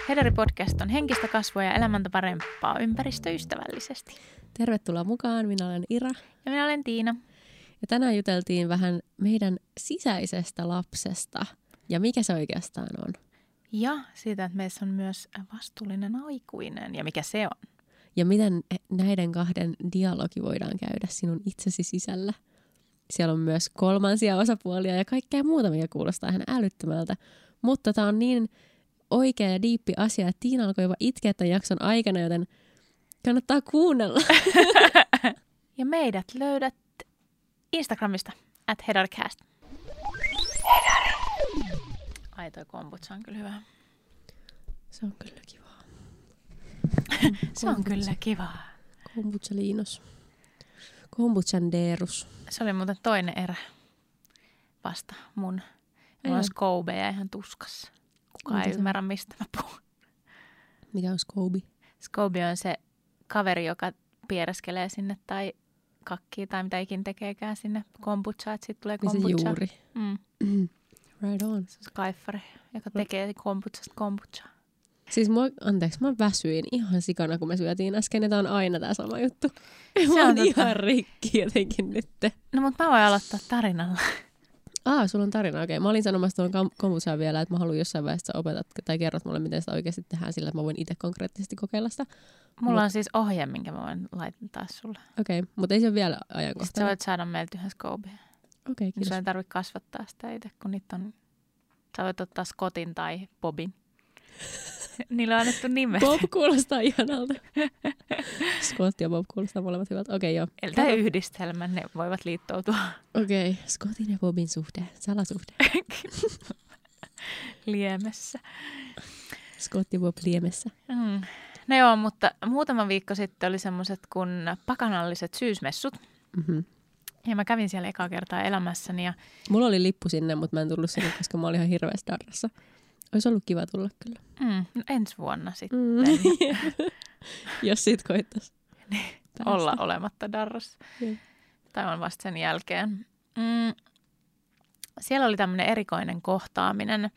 Hedari-podcast on henkistä kasvua ja elämäntä parempaa ympäristöystävällisesti. Tervetuloa mukaan, minä olen Ira. Ja minä olen Tiina. Ja tänään juteltiin vähän meidän sisäisestä lapsesta ja mikä se oikeastaan on. Ja siitä, että meissä on myös vastuullinen aikuinen ja mikä se on. Ja miten näiden kahden dialogi voidaan käydä sinun itsesi sisällä. Siellä on myös kolmansia osapuolia ja kaikkea muuta, mikä kuulostaa ihan älyttömältä. Mutta tämä on niin oikea ja diippi asia, että Tiina alkoi jopa itkeä tämän jakson aikana, joten kannattaa kuunnella. Ja meidät löydät Instagramista @hedarcast. Ai toi kombutsa on kyllä hyvä. Se on kyllä kivaa. Se on kyllä kivaa. Kombutsa liinos. Kombutsan derus. Se oli muuten toinen erä vasta mun. Mulla on Scobeja ihan tuskassa. Kukaan ei ymmärrä, mistä mä puhun. Mikä on Scoby? Scoby on se kaveri, joka piereskelee sinne tai kakkii tai mitä ikin tekeekään sinne kombuchaa, että siitä tulee kombucha. Niin se juuri. Right on. Se on se kaiffari, joka tekee kombuchasta kombuchaa. Siis mä väsyin ihan sikana, kun me syötiin äsken, ja tää on aina tää sama juttu. Se on ihan rikki jotenkin nyt. No mut mä voin aloittaa tarinalla. Sulla on tarina, okei. Mä olin sanomassa tuon kombuchaa vielä, että mä haluan jossain vaiheessa opetat tai kerrot mulle, miten sitä oikeasti tehdään sillä, että mä voin itse konkreettisesti kokeilla sitä. Mulla on siis ohje, minkä mä voin laittaa sulle. Okei, mutta ei se ole vielä ajankohtainen. Sitten sä voit saada meiltä yhden Scobia. Okei, kiitos. Sun ei tarvitse kasvattaa sitä itse, kun niitä on... Sä voit ottaa Scottin tai Bobin. Niillä on annettu nimet. Bob kuulostaa ihanalta. Scott ja Bob kuulostaa molemmat hyvältä. Okei, joo. Eli tämä yhdistelmä, ne voivat liittoutua. Okei, Scottin ja Bobin suhde. Salasuhde. Liemessä. Scott ja Bob liemessä. No joo, mutta muutama viikko sitten oli semmoiset kuin pakanalliset syysmessut. Mm-hmm. Ja mä kävin siellä ekaa kertaa elämässäni. Ja... Mulla oli lippu sinne, mutta mä en tullut sinne, koska mä olin ihan hirveästi darrassa. Olisi ollut kiva tulla kyllä. No ensi vuonna sitten. Jos siitä koittaisi. Olla olematta darrassa. Tai on vasta sen jälkeen. Siellä oli tämmöinen erikoinen kohtaaminen.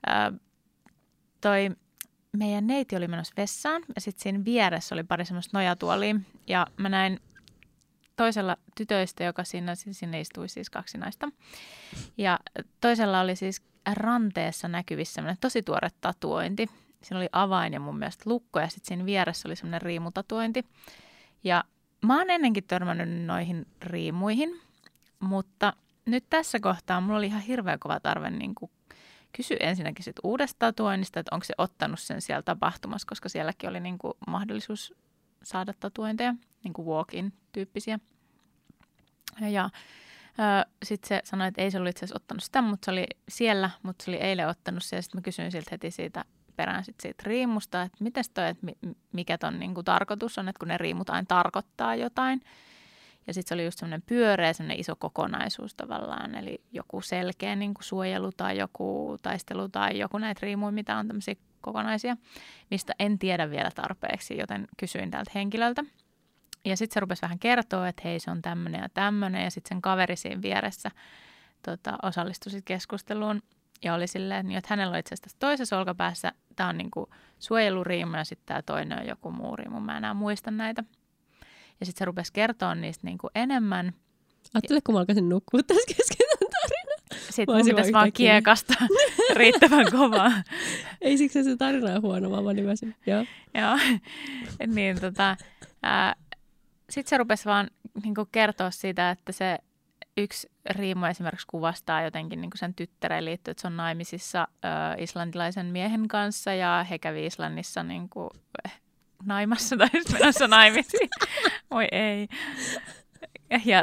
Toi meidän neiti oli menossa vessaan ja sitten siinä vieressä oli pari semmoista nojatuolia. Ja mä näin toisella tytöistä, joka sinne istui siis kaksi naista. Ja toisella oli siis ranteessa näkyvissä semmoinen tosi tuore tatuointi. Siinä oli avain ja mun mielestä lukko ja sitten siinä vieressä oli semmoinen riimutatuointi. Ja mä oon ennenkin törmännyt noihin riimuihin, mutta nyt tässä kohtaa mulla oli ihan hirveän kova tarve niin kuin kysyä ensinnäkin sit uudesta tatuoinnista, että onko se ottanut sen siellä tapahtumassa, koska sielläkin oli niin kuin mahdollisuus saada tatuointeja, niin kuin walk-in tyyppisiä. Ja sitten se sanoi, että ei se ollut itse asiassa ottanut sitä, mutta se oli siellä, mutta se oli eilen ottanut se. Ja sitten mä kysyin siltä heti siitä perään siitä riimusta, että mites toi, että mikä ton niin kuin tarkoitus on, että kun ne riimut aina tarkoittaa jotain. Ja sitten se oli just semmoinen pyöreä, semmoinen iso kokonaisuus tavallaan, eli joku selkeä niin kuin suojelu tai joku taistelu tai joku näitä riimuja, mitä on tämmöisiä kokonaisia, mistä en tiedä vielä tarpeeksi, joten kysyin tältä henkilöltä. Ja sitten se rupesi vähän kertoa, että hei, se on tämmöinen ja tämmöinen, ja sitten sen kaveri siinä vieressä osallistui sit keskusteluun ja oli silleen, että hänellä on itse asiassa toisessa olkapäässä, tämä on niinku suojeluriimu ja sitten tämä toinen on joku muu riimu, mä enää muista näitä. Ja sitten se rupesi kertoa niistä niinku enemmän. Ajattele, kun mä alkaisin nukkua tässä kesken tarina. Sitten mun pitäisi vaan kiekasta riittävän kovaa. Ei siksi se tarina on huono, vaan mä nimesin. Joo. Niin sitten se rupesi vaan niinku kertoa siitä, että se yksi riimu esimerkiksi kuvastaa jotenkin niinku sen tyttäreen liittyen, että se on naimisissa islantilaisen miehen kanssa ja he kävi Islannissa niinku naimassa tai menossa naimisiin. Oi ei. Ja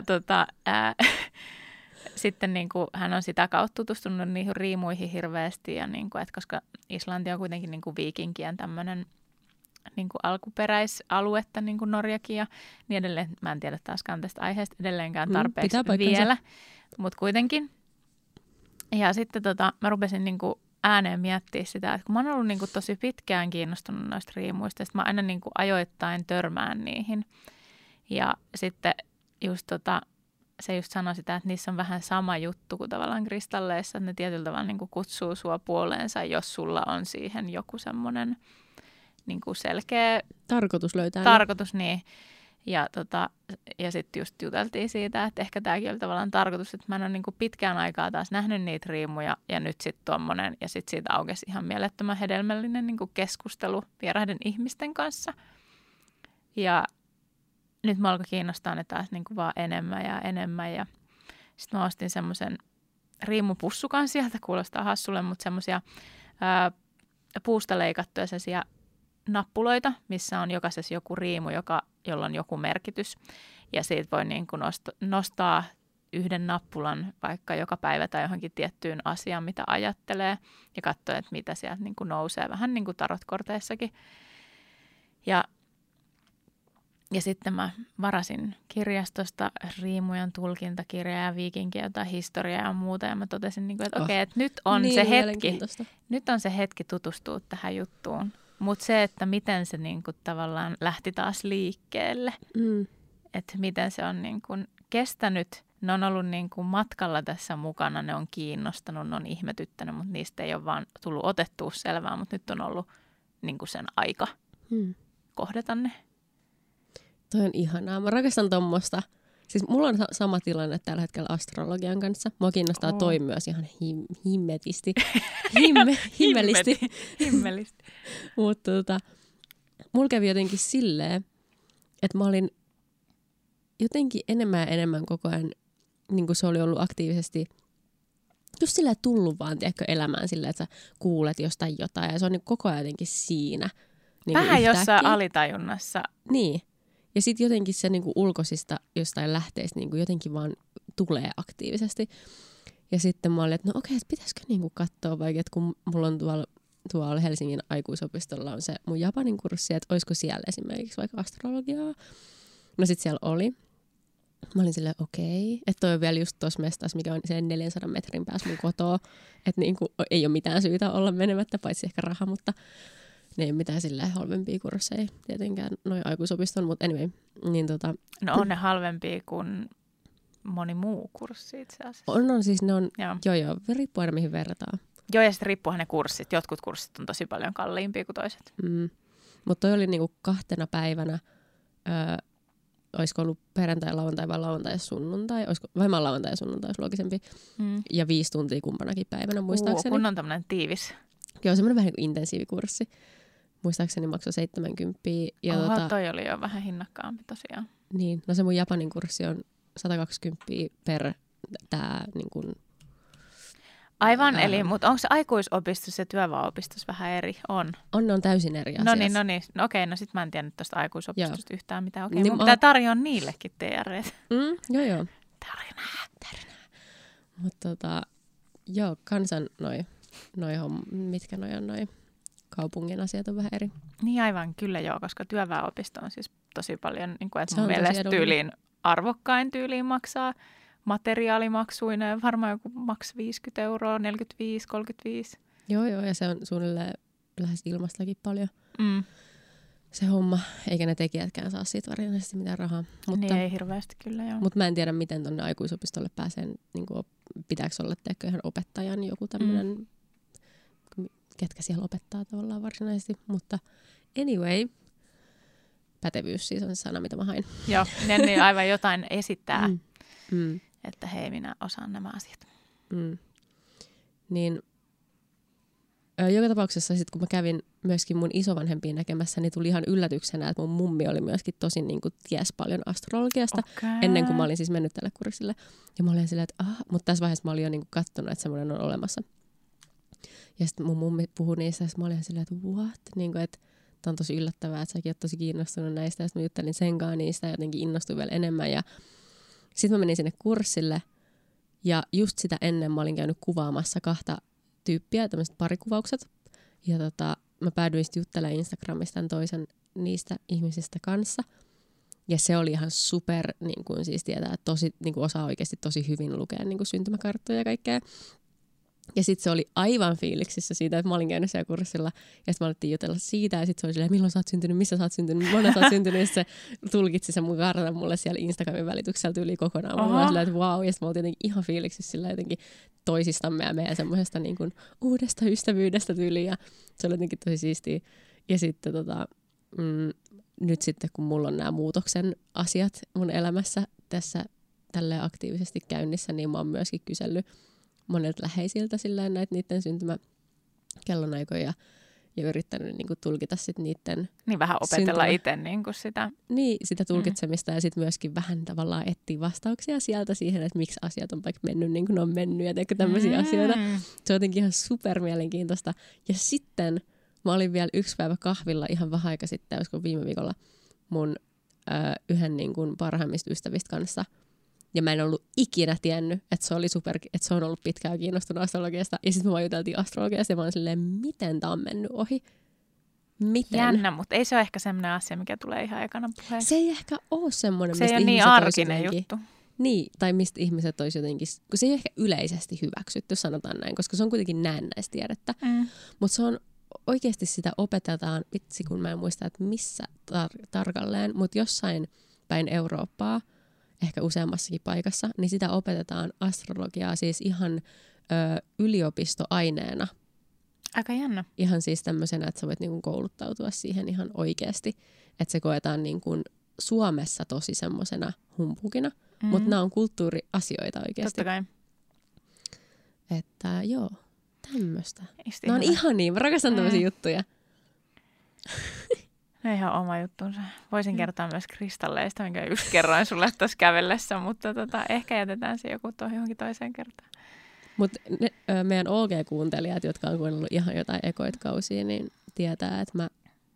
sitten niinku, hän on sitä kautta tutustunut niihin riimuihin hirveästi, ja niinku, että koska Islanti on kuitenkin niinku viikinkien tämmöinen niinku alkuperäisaluetta, niin kuin Norjakin ja niin edelleen. Mä en tiedä taaskaan tästä aiheesta edelleenkään tarpeeksi vielä, mutta kuitenkin. Ja sitten mä rupesin niinku ääneen miettimään sitä, että kun mä oon ollut niinku tosi pitkään kiinnostunut noista riimuista, ja mä aina niinku ajoittain törmään niihin. Ja sitten just se just sanoi sitä, että niissä on vähän sama juttu kuin tavallaan kristalleissa, että ne tietyllä tavalla niin kuin kutsuu sua puoleensa, jos sulla on siihen joku semmoinen niin kuin selkeä Tarkoitus löytää. tarkoitus, niin. Ja sitten just juteltiin siitä, että ehkä tämäkin oli tavallaan tarkoitus, että mä en ole niin kuin pitkään aikaa taas nähnyt niitä riimuja ja nyt sitten tuommoinen ja sitten siitä aukesi ihan mielettömän hedelmällinen niin kuin keskustelu vieraiden ihmisten kanssa. Ja nyt mä alkoi kiinnostaa ne taas niin kuin vaan enemmän ja sitten mä ostin semmoisen riimupussukan sieltä, kuulostaa hassulle, mutta semmoisia puusta leikattuja sellaisia nappuloita, missä on jokaisessa joku riimu, jolla on joku merkitys. Ja siitä voi niin kuin nostaa yhden nappulan vaikka joka päivä tai johonkin tiettyyn asiaan, mitä ajattelee. Ja katsoa, että mitä sieltä niin kuin nousee, vähän niin kuin tarotkorteissakin. Ja sitten mä varasin kirjastosta riimujen tulkintakirjaa ja viikinkiä, jotain historiaa ja muuta. Ja mä totesin, että okei, että nyt on niin se hetki. Nyt on se hetki tutustua tähän juttuun. Mutta se, että miten se niinku tavallaan lähti taas liikkeelle, että miten se on niinku kestänyt, ne on ollut niinku matkalla tässä mukana, ne on kiinnostanut, ne on ihmetyttänyt, mutta niistä ei ole vaan tullut otettua selvää, mutta nyt on ollut niinku sen aika kohdata ne. Toi on ihanaa. Mä rakastan tommosta. Siis mulla on sama tilanne tällä hetkellä astrologian kanssa. Mua kiinnostaa toi myös ihan himmetisti. Himmelisti. Mutta mulla kävi jotenkin silleen, että mä olin jotenkin enemmän ja enemmän koko ajan, niin kuin se oli ollut aktiivisesti, just silleen tullut vaan, tiedätkö, elämään silleen, että sä kuulet jostain jotain ja se on niin koko ajan jotenkin siinä. Niin vähän jossain alitajunnassa. Niin. Ja sitten jotenkin se niinku ulkoisista jostain lähteistä niinku jotenkin vaan tulee aktiivisesti. Ja sitten mä olin, että no okei, että pitäisikö niinku katsoa vaikka, että kun mulla on tuolla Helsingin aikuisopistolla on se mun japanin kurssi, että olisiko siellä esimerkiksi vaikka astrologiaa. No sitten siellä oli. Mä olin silleen, okei, että toi on vielä just tuossa mestassa, mikä on sen 400 metrin päässä mun kotoa. Että niinku ei ole mitään syytä olla menemättä, paitsi ehkä raha, mutta ne ei ole mitään silleen halvempia kursseja tietenkään noin aikuisopiston, mutta anyway. Niin no on ne halvempia kuin moni muu kurssi itse asiassa. On siis ne on, joo, riippuu aina mihin verrataan. Joo, ja sitten riippuuhan ne kurssit. Jotkut kurssit on tosi paljon kalliimpia kuin toiset. Mutta toi oli niinku 2 päivänä, olisiko ollut perjantai, lauantai vai lauantai ja sunnuntai, vähemmän lauantai ja sunnuntai olisi loogisempi, ja 5 tuntia kumpanakin päivänä muistaakseni. Kun on tämmöinen tiivis. Joo, semmoinen vähän kuin intensiivikurssi. Muistaakseni maksoi 70. Ja toi oli jo vähän hinnakkaampi tosiaan. Niin, no se mun japanin kurssi on 120 per tää niin kuin. Aivan, eli mutta onko se aikuisopistus ja työväenopistus vähän eri? Ne on täysin eri asiassa. No okei, no sit mä en tiennyt tuosta aikuisopistosta yhtään mitään. Okei, mun pitää tarjoa niillekin TR:t. Joo. Tarinaa. Mutta joo, kansan mitkä on noi kaupungin asiat on vähän eri. Niin aivan, kyllä joo, koska työväenopisto on siis tosi paljon, niin kuin, että mun mielestä tyyliin arvokkain tyyliin maksaa materiaalimaksuina, varmaan joku maks 50 €, 45, 35. Joo, ja se on suunnilleen lähes ilmastakin paljon se homma, eikä ne tekijätkään saa siitä varsinaisesti mitään rahaa. Mutta, niin ei hirveästi kyllä, joo. Mutta mä en tiedä, miten tonne aikuisopistolle pääsee, niin kuin, pitääkö olla ihan opettajan joku tämmöinen, ketkä siellä opettaa tavallaan varsinaisesti, mutta anyway, pätevyys siis on se sana, mitä mä hain. Joo, niin aivan jotain esittää, että hei, minä osaan nämä asiat. Niin joka tapauksessa sit, kun mä kävin myöskin mun isovanhempiin näkemässä, niin tuli ihan yllätyksenä, että mun mummi oli myöskin tosi niin kuin, ties paljon astrologiasta ennen kuin mä olin siis mennyt tälle kurssille. Ja mä olin silleen, että mutta tässä vaiheessa mä olin jo niin kuin, katsonut, että semmoinen on olemassa. Ja sitten mun mummi puhui niistä, ja mä olin silleen, että what? Niin kuin, että tää on tosi yllättävää, että säkin oot tosi kiinnostunut näistä. Ja sitten mä juttelin senkaan niistä ja jotenkin innostuin vielä enemmän. Ja sitten mä menin sinne kurssille. Ja just sitä ennen mä olin käynyt kuvaamassa 2 tyyppiä, tämmöiset parikuvaukset. Ja mä päädyin sitten juttelemaan Instagramista tämän toisen niistä ihmisistä kanssa. Ja se oli ihan super, niin kuin siis tietää, että tosi, niin kuin osaa oikeasti tosi hyvin lukea niin kuin syntymäkarttoja ja kaikkea. Ja sitten se oli aivan fiiliksissä siitä, että mä olin käynyt siellä kurssilla ja sitten me alettiin jutella siitä ja sitten se oli silleen, milloin sä oot syntynyt, missä sä oot syntynyt, vuonna sä oot syntynyt ja se tulkitsi sen mun kartan mulle siellä Instagramin välityksellä yli kokonaan. Mä olin silleen, että vau, ja sitten me oltiin jotenkin ihan fiiliksissä sillä jotenkin toisistamme ja meidän semmoisesta niin kuin uudesta ystävyydestä tyyliin ja se oli jotenkin tosi siistiä. Ja sitten nyt sitten kun mulla on nämä muutoksen asiat mun elämässä tässä tälleen aktiivisesti käynnissä, niin mä oon myöskin kysellyt monelta läheisiltä silleen näitä niiden syntymäkellonaikoja ja yrittänyt niinku tulkita sit niiden niin vähän opetella itse niinku sitä. Niin, sitä tulkitsemista ja sitten myöskin vähän tavallaan etsiä vastauksia sieltä siihen, että miksi asiat on vaikka mennyt niin kuin ne on mennyt ja teekö tämmöisiä asioita. Se on jotenkin ihan super mielenkiintoista. Ja sitten mä olin vielä yksi päivä kahvilla ihan vähän aika sitten, olisiko viime viikolla mun yhden niin kuin parhaimmista ystävistä kanssa. Ja mä en ollut ikinä tiennyt, että se on ollut pitkään kiinnostunut astrologiasta. Ja sitten me vaan juteltiin astrologiasta ja mä olin silleen, miten tää on mennyt ohi? Miten? Jännä, mutta ei se ole ehkä semmoinen asia, mikä tulee ihan ekana puheessa. Se ei ehkä ole semmoinen, se ei ole niin arkinen juttu. Niin, tai mistä ihmiset olisi jotenkin, kun se ei ole ehkä yleisesti hyväksytty, sanotaan näin, koska se on kuitenkin näennäistiedettä. Mutta se on oikeasti sitä opetetaan, vitsi kun mä en muista, että missä tarkalleen, mutta jossain päin Eurooppaa, ehkä useammassakin paikassa, niin sitä opetetaan astrologiaa siis ihan yliopistoaineena. Aika jännä. Ihan siis tämmöisenä, että sä voit niinku kouluttautua siihen ihan oikeasti. Että se koetaan niinku Suomessa tosi semmosena humpukina, mutta nämä on kulttuuriasioita oikeasti. Totta kai. Että joo, tämmöistä. Nämä on ihania, mä rakastan tämmöisiä juttuja. No ihan oma juttunsa. Voisin kertoa myös kristalleista, minkä just kerroin sulle tuossa kävellessä, mutta ehkä jätetään se joku johonkin toiseen kertaan. Mutta meidän OG-kuuntelijat, jotka on kuunnellut ihan jotain ekoit kausia, niin tietää, että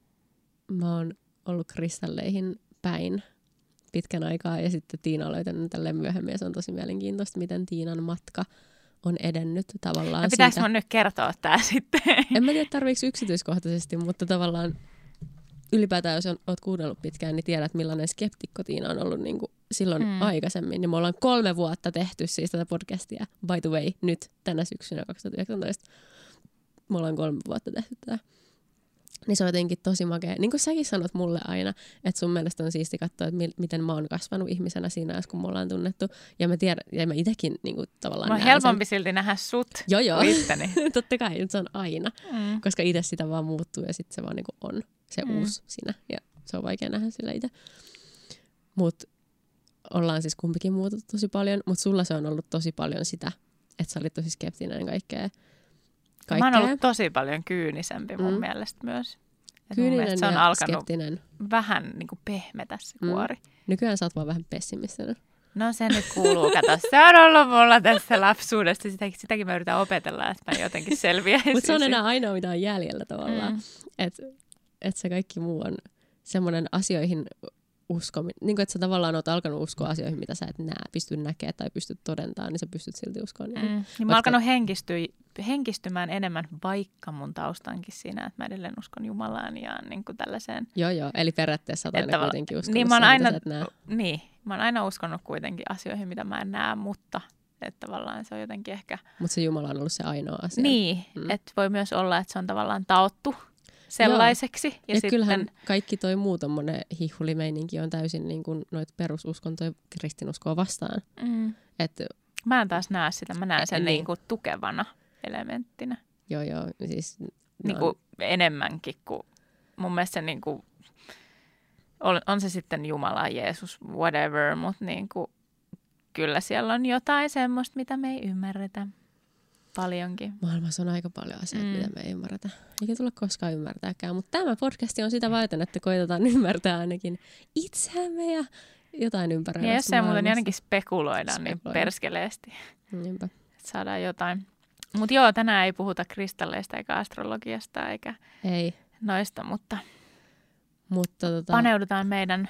mä oon ollut kristalleihin päin pitkän aikaa. Ja sitten Tiina on löytänyt tälleen myöhemmin ja se on tosi mielenkiintoista, miten Tiinan matka on edennyt tavallaan. No pitäis mun nyt kertoa tää sitten? En mä tiedä tarviiko yksityiskohtaisesti, mutta tavallaan ylipäätään, jos oot kuunnellut pitkään, niin tiedät, millainen skeptikko Tiina on ollut niin kuin silloin aikaisemmin. Ja me ollaan 3 vuotta tehty siis tätä podcastia. By the way, nyt tänä syksynä 2019. Me ollaan 3 vuotta tehty tätä. Niin se on jotenkin tosi makea. Niin kuin säkin sanot mulle aina, että sun mielestä on siisti katsoa, että miten mä oon kasvanut ihmisenä siinä ajassa, kun me ollaan tunnettu. Ja mä tiedän, ja mä itekin niin kuin tavallaan näen sen. Mä on helpompi silti nähdä sut kuin itteni. Totta kai, se on aina. Koska itse sitä vaan muuttuu ja sitten se vaan niin kuin on se uusi sinä. Ja se on vaikea nähdä sillä itse. Mut ollaan siis kumpikin muututtu tosi paljon, mutta sulla se on ollut tosi paljon sitä, että sä olit tosi skeptinen kaikkea. Mä oon ollut tosi paljon kyynisempi mun mielestä myös. Kyyninen se on ja alkanut skeptinen. Vähän niin kuin pehmetä se kuori. Nykyään sä oot vaan vähän pessimistinen. No se nyt kuuluu, kato. Se on ollut mulla tässä lapsuudesta. Sitäkin mä yritän opetella, että mä jotenkin selviäisin. Mutta se on enää ainoa, mitä on jäljellä tavallaan. Että se kaikki muu on semmoinen asioihin uskominen. Niin kuin, että sä tavallaan oot alkanut uskoa asioihin, mitä sä et pysty näkemään tai pysty todentamaan, niin sä pystyt silti uskomaan. Niin mä oon alkanut henkistymään enemmän, vaikka mun taustankin siinä, että mä edelleen uskon Jumalaan ja niin kuin tällaiseen. Joo, eli periaatteessa oot aina kuitenkin uskonut niin, siihen, mitä sä et näe. Niin, mä oon aina uskonut kuitenkin asioihin, mitä mä en näe, mutta että tavallaan se on jotenkin ehkä. Mutta se Jumala on ollut se ainoa asia. Niin, että voi myös olla, että se on tavallaan taottu sellaiseksi. Ja sitten kyllähän kaikki toi muu tommonen hihulimeininki on täysin niin kuin noita perususkontoja kristinuskoa vastaan. Mä en taas näe sitä. Mä näen sen niin kuin tukevana elementtinä. Joo. Siis, niin kuin enemmänkin kuin mun mielestä se niin kuin, on se sitten Jumala, Jeesus, whatever, mutta niin kuin, kyllä siellä on jotain semmoista, mitä me ei ymmärretä. Paljonkin. Maailmassa on aika paljon asioita, mitä me ei ymmärretä. Eikä tulla koskaan ymmärtääkään, mutta tämä podcasti on sitä varten, että koitetaan ymmärtää ainakin itseämme ja jotain ympäröivässä ja jos ei muuten niin ainakin spekuloidaan niin perskeleesti. Niinpä. Että saadaan jotain. Mutta joo, tänään ei puhuta kristalleista eikä astrologiasta eikä noista, mutta paneudutaan meidän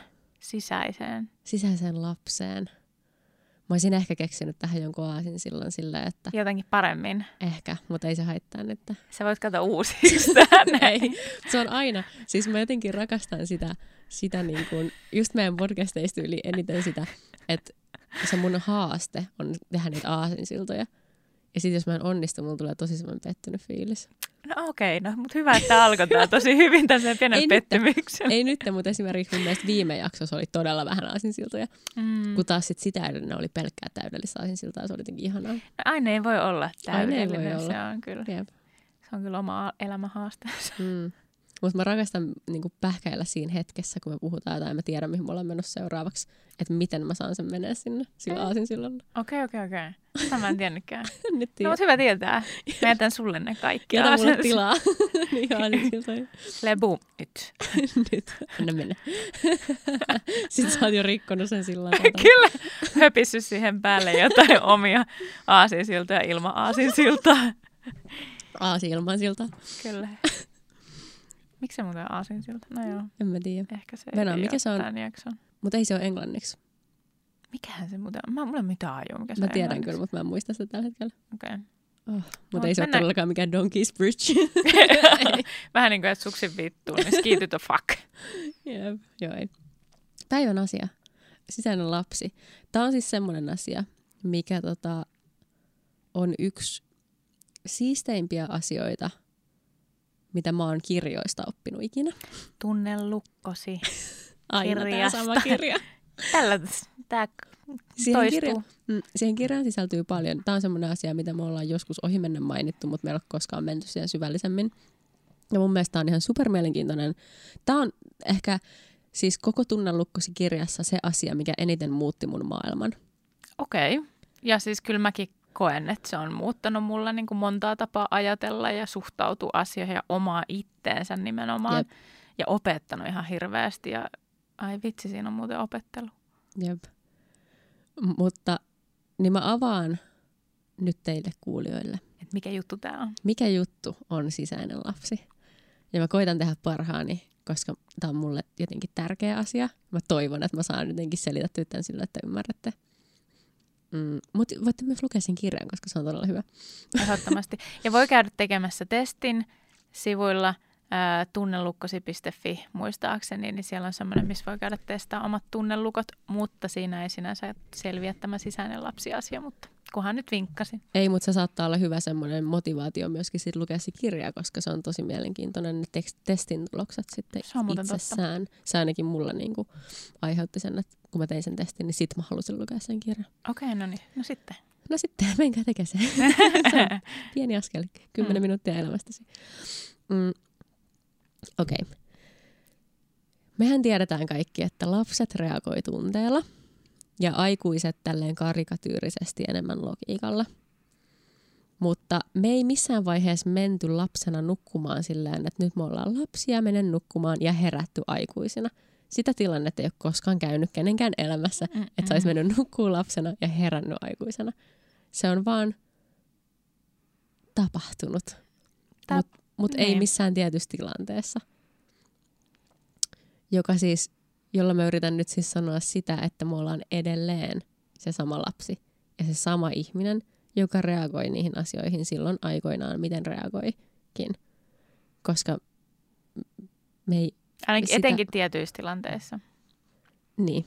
sisäiseen lapseen. Mä olisin ehkä keksinyt tähän jonkun aasin silleen, että jotenkin paremmin. Ehkä, mutta ei se haittaa nyt. Sä voit katsoa uusiksi tänne. Se on aina. Siis mä jotenkin rakastan sitä niin kuin, just meidän podcasteista yli eniten sitä, että se mun haaste on tehdä niitä aasinsiltoja. Ja sitten jos mä en onnistu, mulla tulee tosi semmoinen pettynyt fiilis. No okei, no, mutta hyvä, että alkoi tää tosi hyvin tämmöisen pienen pettymyksen. Ei nyt, mutta esimerkiksi mun mielestä viime jaksossa oli todella vähän aasinsiltoja. Kun taas sitä edellinen oli pelkkää täydellistä aasinsiltaa, se oli jotenkin ihanaa. No, aina ei voi olla täydellinen, voi olla. Se on kyllä. Jep. Se on kyllä oma elämänhaasteensa. Mutta mä rakastan niinku pähkäillä siinä hetkessä, kun me puhutaan jotain, mä tiedän, mihin me ollaan menossa seuraavaksi, että miten mä saan sen menee sinne sillä aasinsillalla. Okei. Tämä en tiennytkään. Nyt tiedän. No, mutta hyvä tietää. Mä jätän sulle ne kaikki. Jätä mulle tilaa. Niin aasinsiltoja. Lebu, nyt. Nyt, anna mennä. Sitten sä oot jo rikkonut sen sillan. Kyllä, höpissyt siihen päälle jotain omia aasinsiltoja ilman aasinsiltaa. Aasi ilman siltaa. Kyllä. Miksi se muuten aasinsilta? No joo. En mä tiedä. Ehkä se Venä, ei mikä se on? Mutta ei se ole englanniksi. Mikähän se muuten on? Mulla ei mitään ajua, mikä se mä on tiedän englanniksi. kyllä, mutta mä en muista sitä tällä hetkellä. Okei. Mutta ei se ole todellakaan mikään Donkey's Bridge. Vähän niin kuin, että suksin vittuun, niin skiti the fuck. Jep, joo ei. Päivän asia. Sisäinen lapsi. Tämä on siis semmoinen asia, mikä on yksi siisteimpiä asioita, mitä mä oon kirjoista oppinut ikinä. Tunne lukkosi. Aina tämä sama kirja. Tämä toistuu. Siihen kirjaan sisältyy paljon. Tämä on semmoinen asia, mitä me ollaan joskus ohimennen mainittu, mutta meillä ei ole koskaan menty siihen syvällisemmin. Ja mun mielestä tämä on ihan supermielenkiintoinen. Tämä on ehkä siis koko Tunne lukkosi kirjassa se asia, mikä eniten muutti mun maailman. Okei. Ja siis kyllä mäkin koen, että se on muuttanut mulla niin kuin montaa tapaa ajatella ja suhtautua asioihin ja omaa itteensä nimenomaan. Jep. Ja opettanut ihan hirveästi. Ja ai vitsi, siinä on muuten opettelu. Jep. Mutta niin mä avaan nyt teille kuulijoille. Et mikä juttu tää on? Mikä juttu on sisäinen lapsi? Ja mä koitan tehdä parhaani, koska tää on mulle jotenkin tärkeä asia. Mä toivon, että mä saan jotenkin selitettyä tämän sillä, että ymmärrätte. Mutta voitte myös lukea sen kirjan, koska se on todella hyvä. Ehdottomasti. Ja voi käydä tekemässä testin sivuilla tunnelukkosi.fi muistaakseni, niin siellä on semmoinen, missä voi käydä testaa omat tunnelukot, mutta siinä ei sinänsä selviä tämä sisäinen lapsi-asia, mutta kunhan nyt vinkkasin. Ei, mutta se saattaa olla hyvä semmoinen motivaatio myöskin sit lukea se kirja, koska se on tosi mielenkiintoinen ne testin tulokset sitten itsessään. Se ainakin mulla niinku aiheutti sen, että kun mä tein sen testin, niin sit mä halusin lukea sen kirjan. Okei, no niin. No sitten, menkää tekemään se. Se on pieni askel, 10 minuuttia elämästäsi. Okei. Mehän tiedetään kaikki, että lapset reagoi tunteella ja aikuiset tälleen karikatyyrisesti enemmän logiikalla. Mutta me ei missään vaiheessa menty lapsena nukkumaan silleen, että nyt me ollaan lapsia, menen nukkumaan ja herätty aikuisina. Sitä tilannetta ei ole koskaan käynyt kenenkään elämässä, että sä olisi mennyt nukkumaan lapsena ja herännyt aikuisena. Se on vaan tapahtunut. Mutta ei missään tietyssä tilanteessa. Jolla mä yritän nyt siis sanoa sitä, että me ollaan edelleen se sama lapsi ja se sama ihminen, joka reagoi niihin asioihin silloin aikoinaan, miten reagoikin. Koska me ei ainakin etenkin tietyissä tilanteissa. Niin.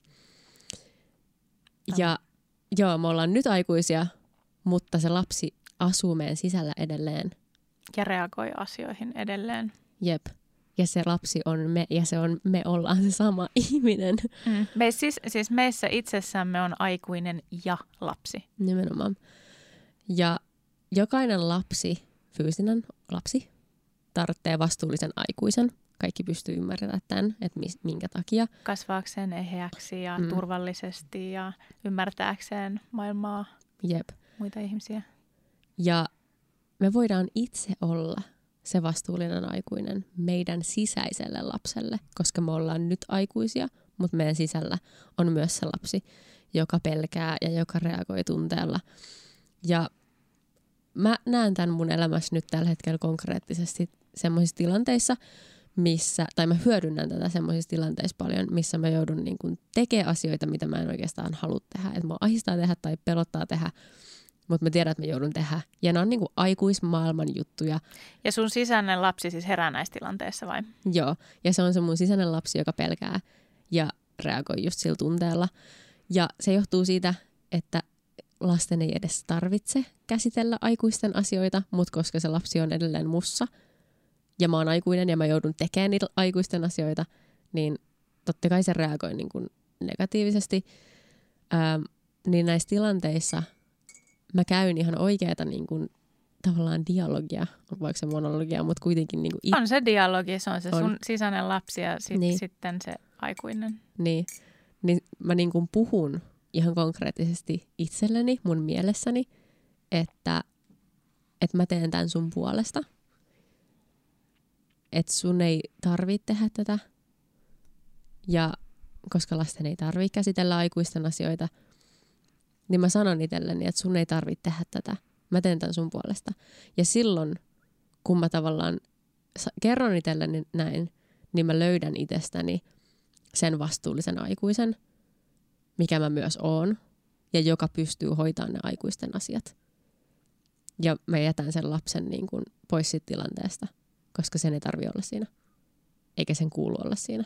Ja joo, me ollaan nyt aikuisia, mutta se lapsi asuu meidän sisällä edelleen. Ja reagoi asioihin edelleen. Jep. Ja se lapsi on me, ja me ollaan se sama ihminen. Siis meissä itsessämme on aikuinen ja lapsi. Nimenomaan. Ja jokainen lapsi, fyysinen lapsi, tarvitsee vastuullisen aikuisen. Kaikki pystyy ymmärtämään tämän, että minkä takia. Kasvaakseen eheäksi ja turvallisesti ja ymmärtääkseen maailmaa, muita ihmisiä. Ja me voidaan itse olla se vastuullinen aikuinen meidän sisäiselle lapselle, koska me ollaan nyt aikuisia, mutta meidän sisällä on myös se lapsi, joka pelkää ja joka reagoi tunteella. Ja mä näen tämän mun elämässä nyt tällä hetkellä konkreettisesti semmoisissa tilanteissa, tai mä hyödynnän tätä semmoisissa tilanteissa paljon, missä mä joudun niin kun tekemään asioita, mitä mä en oikeastaan halua tehdä. Että mä ahistaa tehdä tai pelottaa tehdä, mutta mä tiedän, että mä joudun tehdä. Ja ne on niin kuin aikuismaailman juttuja. Ja sun sisäinen lapsi siis herää näissä tilanteissa vai? Joo, ja se on se mun sisäinen lapsi, joka pelkää ja reagoi just sillä tunteella. Ja se johtuu siitä, että lasten ei edes tarvitse käsitellä aikuisten asioita, mutta koska se lapsi on edelleen mussa ja mä oon aikuinen ja mä joudun tekemään niitä aikuisten asioita, niin totta kai se reagoi niin kuin negatiivisesti. Niin näissä tilanteissa mä käyn ihan oikeata niin kuin tavallaan dialogia, vaikka se monologia, mutta kuitenkin niin kuin on se dialogi, se on se sun sisäinen lapsi ja sitten se aikuinen. Niin mä niin kuin puhun ihan konkreettisesti itselleni, mun mielessäni, että mä teen tämän sun puolesta. Että sun ei tarvitse tehdä tätä. Ja koska lasten ei tarvitse käsitellä aikuisten asioita, niin mä sanon itselleni, että sun ei tarvitse tehdä tätä. Mä teen tämän sun puolesta. Ja silloin, kun mä tavallaan kerron itselleni näin, niin mä löydän itsestäni sen vastuullisen aikuisen, mikä mä myös oon, ja joka pystyy hoitamaan ne aikuisten asiat. Ja mä jätän sen lapsen niin kuin pois siitä tilanteesta, koska sen ei tarvitse olla siinä. Eikä sen kuulu olla siinä.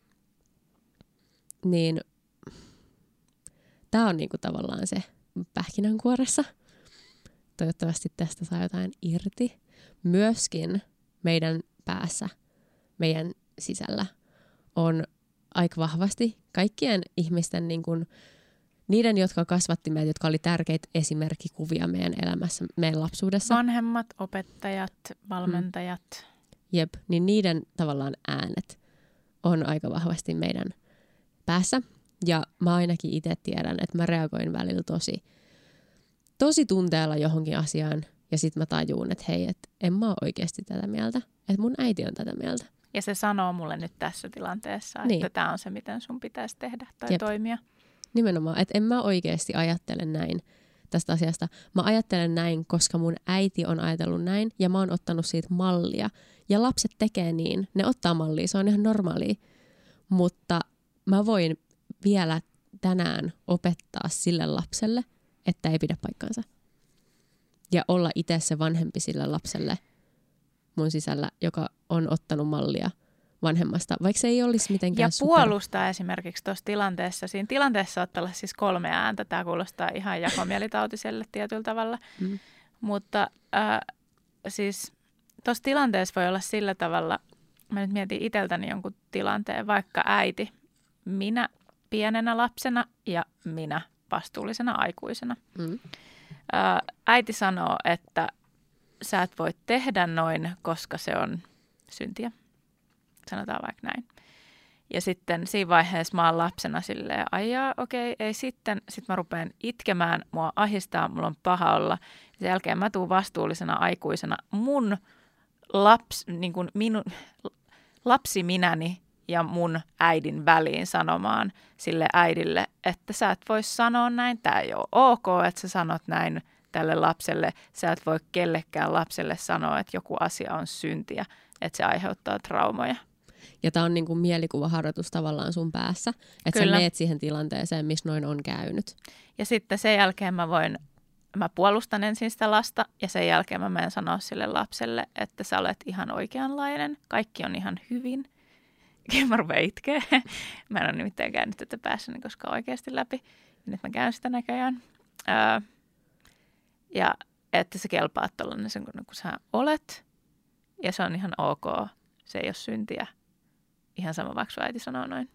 Niin tää on niin kuin tavallaan se pähkinänkuoressa. Toivottavasti tästä saa jotain irti. Myöskin meidän päässä, meidän sisällä on aika vahvasti kaikkien ihmisten, niin kuin, niiden, jotka kasvatti meitä, jotka oli tärkeitä esimerkkikuvia meidän elämässä, meidän lapsuudessa. Vanhemmat, opettajat, valmentajat. Jep, niin niiden tavallaan äänet on aika vahvasti meidän päässä. Ja mä ainakin itse tiedän, että mä reagoin välillä tosi tunteella johonkin asiaan. Ja sit mä tajuun, että hei, että en mä ole oikeasti tätä mieltä. Että mun äiti on tätä mieltä. Ja se sanoo mulle nyt tässä tilanteessa, että tämä on se, miten sun pitäisi tehdä tai toimia. Nimenomaan, että en mä oikeasti ajattele näin tästä asiasta. Mä ajattelen näin, koska mun äiti on ajatellut näin ja mä oon ottanut siitä mallia. Ja lapset tekee niin, ne ottaa mallia, se on ihan normaalia. Mutta mä voin vielä tänään opettaa sille lapselle, että ei pidä paikkaansa. Ja olla itse se vanhempi sille lapselle mun sisällä, joka on ottanut mallia vanhemmasta, vaikka se ei olisi mitenkään ja puolustaa esimerkiksi tuossa tilanteessa. Siinä tilanteessa saattaa olla siis 3 ääntä. Tämä kuulostaa ihan jakomielitautiselle tietyllä tavalla. Mutta siis tuossa tilanteessa voi olla sillä tavalla, mä nyt mietin itseltäni jonkun tilanteen, vaikka äiti, minä pienenä lapsena ja minä vastuullisena aikuisena. Äiti sanoo, että sä et voi tehdä noin, koska se on syntiä. Sanotaan vaikka näin. Ja sitten siinä vaiheessa mä oon lapsena silleen, okei, ei sitten. Sitten mä rupean itkemään, mua ahistaa, mulla on paha olla. Sen jälkeen mä tuun vastuullisena aikuisena mun lapsi minäni ja mun äidin väliin sanomaan sille äidille, että sä et voi sanoa näin, tää ei ole ok, että sä sanot näin tälle lapselle. Sä et voi kellekään lapselle sanoa, että joku asia on syntiä, että se aiheuttaa traumoja. Ja tää on niinku mielikuvaharjoitus tavallaan sun päässä, että sä meet siihen tilanteeseen, missä noin on käynyt. Ja sitten sen jälkeen mä puolustan ensin sitä lasta ja sen jälkeen mä menen sanoa sille lapselle, että sä olet ihan oikeanlainen, kaikki on ihan hyvin. Mä rupean itkeä. Mä en ole nimittäin käynyt tätä päässäni koskaan oikeasti läpi. Nyt mä käyn sitä näköjään. Ja että se kelpaa tollainen sen, kun sä olet. Ja se on ihan ok. Se ei ole syntiä. Ihan sama, vaikka sun äiti sanoo noin.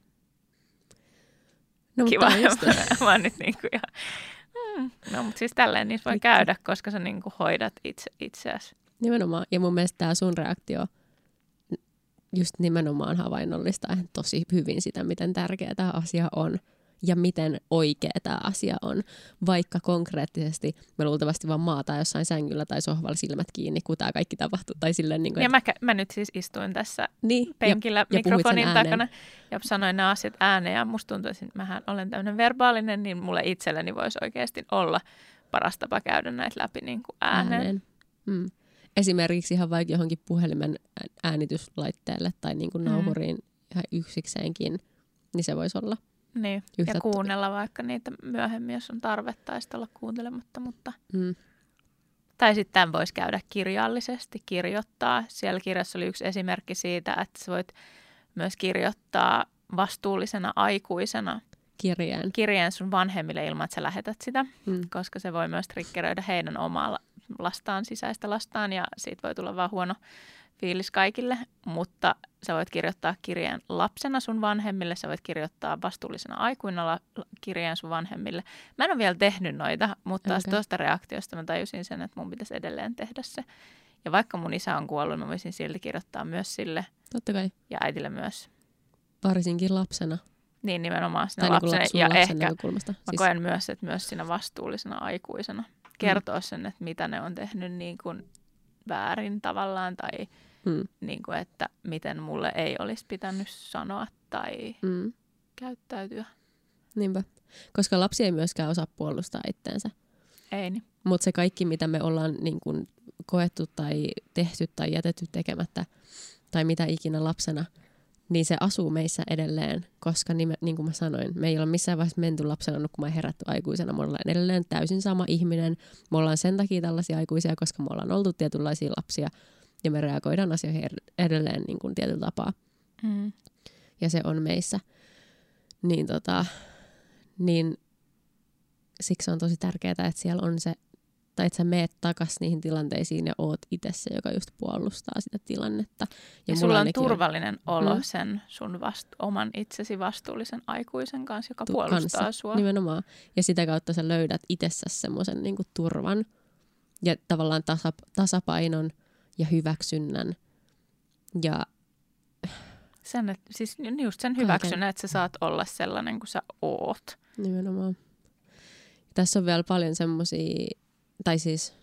No, kiva. Mä oon nyt niinku ihan... No, mutta siis tälleen niissä voi käydä, koska sä niinku hoidat itseäsi. Nimenomaan. Ja mun mielestä tää sun reaktio just nimenomaan havainnollistaa tosi hyvin sitä, miten tärkeä tämä asia on ja miten oikea tämä asia on. Vaikka konkreettisesti me luultavasti vaan maataan jossain sängyllä tai sohvalla silmät kiinni, kun tämä kaikki tapahtuu. Tai silleen, niin kuin, ja mä nyt siis istuin tässä penkillä ja mikrofonin takana ja sanoin nämä asiat ääneen. Ja musta tuntuu, että mähän olen tämmöinen verbaalinen, niin mulle itselleni voisi oikeasti olla paras tapa käydä näitä läpi niin kuin ääneen. Esimerkiksi ihan vaikka johonkin puhelimen äänityslaitteelle tai niin kuin nauhuriin ihan yksikseenkin, niin se voisi olla. Niin, ja kuunnella vaikka niitä myöhemmin, jos on tarvetta, tai sitten olla kuuntelematta. Mutta... Tai sitten tämän voisi käydä kirjallisesti, kirjoittaa. Siellä kirjassa oli yksi esimerkki siitä, että sä voit myös kirjoittaa vastuullisena aikuisena kirjeen sun vanhemmille ilman, että sä lähetät sitä, koska se voi myös triggeröidä heidän omaa lastaan, sisäistä lastaan, ja siitä voi tulla vaan huono fiilis kaikille, mutta sä voit kirjoittaa kirjeen lapsena sun vanhemmille, sä voit kirjoittaa vastuullisena aikuina kirjeen sun vanhemmille. Mä en ole vielä tehnyt noita, mutta taas tuosta reaktiosta mä tajusin sen, että mun pitäisi edelleen tehdä se. Ja vaikka mun isä on kuollut, mä voisin silti kirjoittaa myös sille. Totta kai. Ja äitille myös. Varsinkin lapsena. Niin, nimenomaan siinä lapsena. Niin ja lapsen ehkä näkökulmasta. mä koen myös, että myös siinä vastuullisena aikuisena kertoo sen, että mitä ne on tehnyt niin kuin väärin tavallaan tai niin kuin, että miten mulle ei olisi pitänyt sanoa tai käyttäytyä. Niinpä. Koska lapsi ei myöskään osaa puolustaa itteensä. Ei niin. Mutta se kaikki, mitä me ollaan niin kuin koettu tai tehty tai jätetty tekemättä tai mitä ikinä lapsena, niin se asuu meissä edelleen, koska niin kuin mä sanoin, me ei olla missään vaiheessa menty lapsena nukkumaan ja herätty aikuisena. Me ollaan edelleen täysin sama ihminen. Me ollaan sen takia tällaisia aikuisia, koska me ollaan oltu tietynlaisia lapsia ja me reagoidaan asioihin edelleen niin kuin tietyllä tapaa. Ja se on meissä. Niin siksi on tosi tärkeää, että siellä on se, tai että sä meet takas niihin tilanteisiin ja oot itse se, joka just puolustaa sitä tilannetta. Ja sulla on turvallinen olo sen sun oman itsesi vastuullisen aikuisen kanssa, joka puolustaa sua. Nimenomaan. Ja sitä kautta sä löydät itsessäsi semmoisen niinku turvan ja tavallaan tasapainon ja hyväksynnän. Ja siis just sen hyväksynnän, että sä saat olla sellainen kuin sä oot. Nimenomaan. Tässä on vielä paljon semmosia, tai siis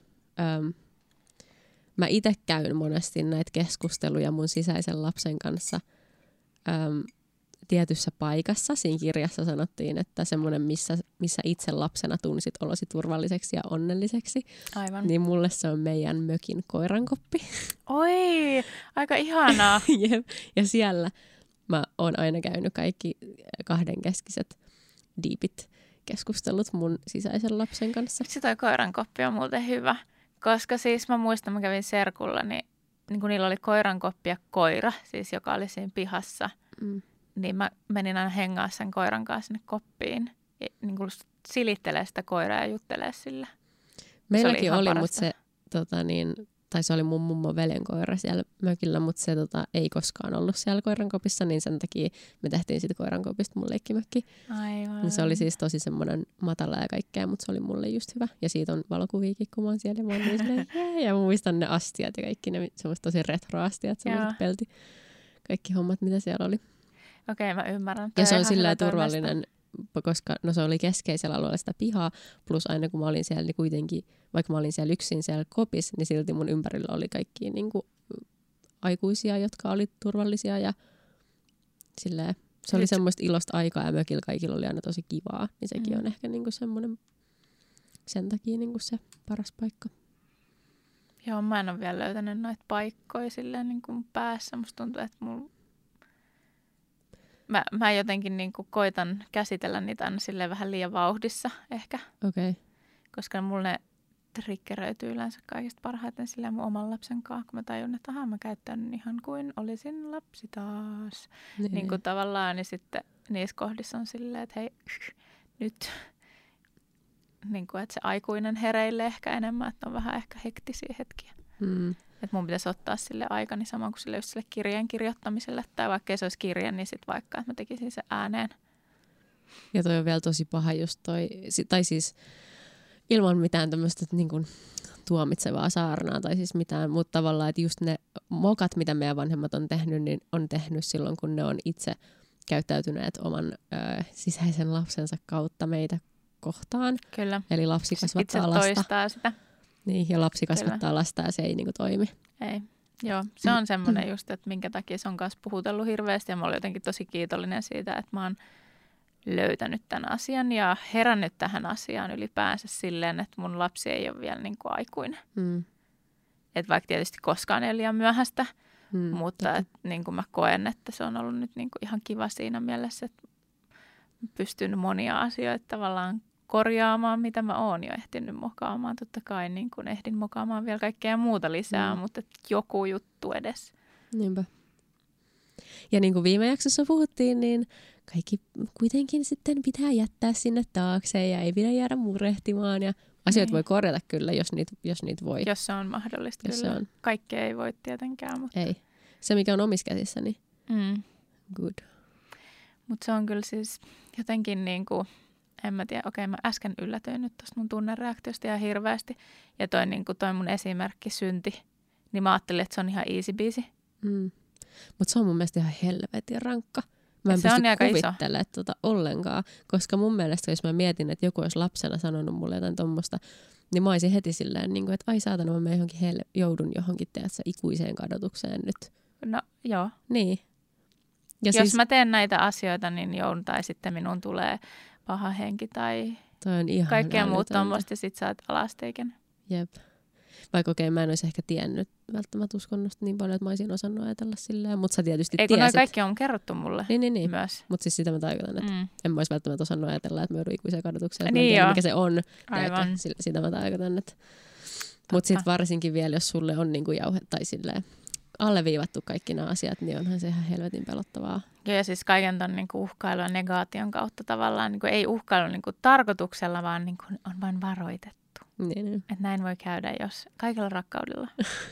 mä itse käyn monesti näitä keskusteluja mun sisäisen lapsen kanssa tietyssä paikassa. Siinä kirjassa sanottiin, että semmoinen, missä itse lapsena tunsit olosi turvalliseksi ja onnelliseksi. Aivan. Niin mulle se on meidän mökin koirankoppi. Oi, aika ihanaa. Ja siellä mä oon aina käynyt kaikki kahdenkeskiset diipit keskustelut mun sisäisen lapsen kanssa. Se toi koirankoppi on muuten hyvä, koska siis mä muistan, mä kävin serkulla, niin kun niillä oli koirankoppi ja koira, siis joka oli siinä pihassa, niin mä menin aina hengaa sen koiran kanssa sinne koppiin, ja niin kuin silittelee sitä koiraa ja juttelee sillä. Meilläkin oli mutta se, tai se oli mun mummon veljen koira siellä mökillä, mutta se ei koskaan ollut siellä koirankopissa, niin sen takia me tehtiin siitä koirankopista mun leikkimökki. Aivan. Niin se oli siis tosi semmoinen matala ja kaikkea, mutta se oli mulle just hyvä. Ja siitä on valokuviakin, kun mä oon siellä ja mä oon niin silleen, ja muistan ne astiat ja kaikki ne semmoiset tosi retroastiat, semmoiset pelti. Kaikki hommat, mitä siellä oli. Okei, mä ymmärrän. Ja se on silleen turvallinen, koska se oli keskeisellä alueella sitä pihaa, plus aina kun mä olin siellä, niin kuitenkin, vaikka mä olin siellä yksin siellä kopissa, niin silti mun ympärillä oli kaikki niin kuin aikuisia, jotka oli turvallisia ja silleen, se oli semmoista ilosta aikaa ja mökillä kaikilla oli aina tosi kivaa, niin sekin on ehkä niin kuin semmoinen, sen takia niin kuin se paras paikka. Joo, mä en ole vielä löytänyt noita paikkoja silleen niin kuin päässä. Musta tuntuu, että Mä jotenkin niin kuin koitan käsitellä niitä aina silleen vähän liian vauhdissa ehkä. Okay. Koska mulle ne triggeröityy yleensä kaikista parhaiten silleen mun oman lapsen kanssa, kun mä tajun, että mä käytän ihan kuin olisin lapsi taas. Niin kuin tavallaan, niin sitten niissä kohdissa on silleen, että hei, nyt niin kuin, että se aikuinen hereilee ehkä enemmän, että on vähän ehkä hektisiä hetkiä. Että mun pitäisi ottaa sille aikani saman kuin sille kirjeen kirjoittamiselle. Tai vaikka ei se olisi kirje, niin sitten vaikka, että mä tekisin se ääneen. Ja toi on vielä tosi paha just toi, tai siis ilman mitään tämmöistä niin kuin tuomitsevaa saarnaa tai siis mitään, mutta tavallaan, että just ne mokat, mitä meidän vanhemmat on tehnyt, niin on tehnyt silloin, kun ne on itse käyttäytyneet oman sisäisen lapsensa kautta meitä kohtaan. Kyllä. Eli lapsi kasvattaa itse lasta. toistaa sitä. Niin, ja lapsi kasvattaa lasta ja se ei niinku toimi. Ei. Joo, se on semmoinen just, että minkä takia se on kanssa puhutellut hirveästi ja mä olen jotenkin tosi kiitollinen siitä, että mä oon löytänyt tämän asian ja herännyt tähän asiaan ylipäänsä silleen, että mun lapsi ei ole vielä niin kuin aikuinen. Että vaikka tietysti koskaan ei liian myöhäistä, mutta et, niin kuin mä koen, että se on ollut nyt niin kuin ihan kiva siinä mielessä, että pystyn monia asioita tavallaan korjaamaan, mitä mä oon jo ehtinyt mokaamaan. Totta kai niin kun ehdin mokaamaan vielä kaikkea muuta lisää, mutta joku juttu edes. Niinpä. Ja niin kuin viime jaksossa puhuttiin, niin kaikki kuitenkin sitten pitää jättää sinne taakse ja ei pidä jäädä murehtimaan. Ja asioita voi korjata kyllä, jos niitä voi. Jos se on mahdollista, jos kyllä. Se on. Kaikkea ei voi tietenkään. Mutta... Ei. Se, mikä on omissa käsissä, niin good. Mutta se on kyllä siis jotenkin niin kuin, en mä tiedä, okei, mä äsken yllätyin nyt tuosta mun tunnereaktiosta ihan hirveästi. Ja toi, niin kuin toi mun esimerkki synti, niin mä ajattelin, että se on ihan easy biisi. Mutta se on mun mielestä ihan helvetin rankka. Mä en pysty kuvittelemaan ollenkaan, koska mun mielestä, jos mä mietin, että joku olisi lapsena sanonut mulle jotain tommosta, niin mä olisin heti silleen, niin kuin, että ai saatana, mä joudun johonkin ikuiseen kadotukseen nyt. No joo. Niin. Ja jos siis, mä teen näitä asioita, niin joudun tai sitten minun tulee paha henki tai kaikkea muuta tommoista ja sit sä oot alasteiken. Jep. Vaikka okei, mä en olisi ehkä tiennyt välttämättä uskonnosta niin paljon, että mä olisin osannut ajatella silleen, mutta sä tietysti tiesit. Ei kun noi kaikki on kerrottu mulle niin. myös. Mutta siis sitä mä tarkoitan, että en mä olisi välttämättä osannut ajatella, että mä joudun ikuiseen kadotukseen. Niin tiedä, mikä se on. Aivan. Sitä mä tarkoitan. Mutta sitten varsinkin vielä, jos sulle on niinku tai silleen alleviivattu kaikki nämä asiat, niin onhan se ihan helvetin pelottavaa. Ja siis kaiken ton niinku uhkailun ja negaation kautta tavallaan, niinku ei uhkailun niinku tarkoituksella, vaan niinku on vain varoitettu. Niin. Että näin voi käydä, jos kaikella rakkaudella.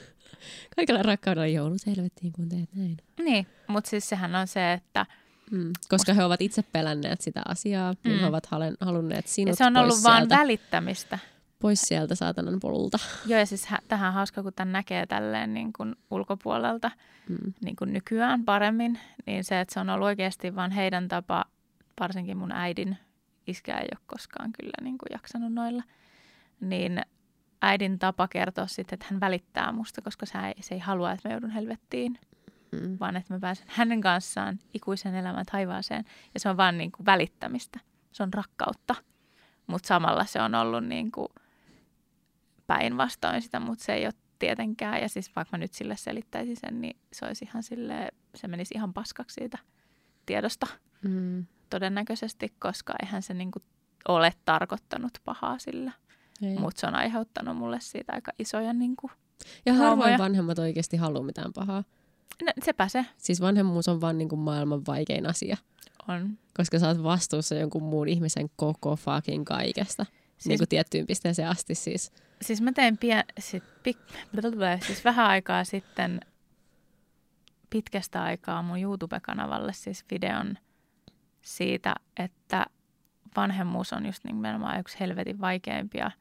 Kaikella rakkaudella joulut helvettiin, kun teet näin. Niin, mutta siis sehän on se, että... Koska he ovat itse pelänneet sitä asiaa, niin he ovat halunneet sinut ja se on ollut vaan välittämistä. Pois sieltä saatanan polulta. Joo, ja siis tähän on hauska, kun tämän näkee tälleen niin kuin ulkopuolelta niin kuin nykyään paremmin, niin se, että se on ollut oikeasti vaan heidän tapa, varsinkin mun äidin, iskä ei ole koskaan kyllä niin kuin jaksanut noilla, niin äidin tapa kertoa sitten, että hän välittää musta, koska se ei halua, että mä joudun helvettiin, vaan että mä pääsen hänen kanssaan ikuisen elämän taivaaseen. Ja se on vaan niin kuin välittämistä. Se on rakkautta. Mutta samalla se on ollut niin kuin päinvastoin sitä, mutta se ei ole tietenkään. Ja siis vaikka mä nyt sille selittäisin sen, niin se olisi ihan silleen, se menisi ihan paskaksi siitä tiedosta todennäköisesti, koska eihän se niin kuin ole tarkoittanut pahaa sillä. Mutta se on aiheuttanut mulle siitä aika isoja niin kuin ja harvoin vanhemmat oikeasti haluaa mitään pahaa. No, sepä se. Siis vanhemmuus on vaan niin kuin maailman vaikein asia. On. Koska sä oot vastuussa jonkun muun ihmisen koko fucking kaikesta. Siis, niin kuin tiettyyn pisteeseen asti siis. Siis mä tein siis vähän aikaa sitten pitkästä aikaa mun YouTube-kanavalle siis videon siitä, että vanhemmuus on just nimenomaan yksi helvetin vaikeimpia.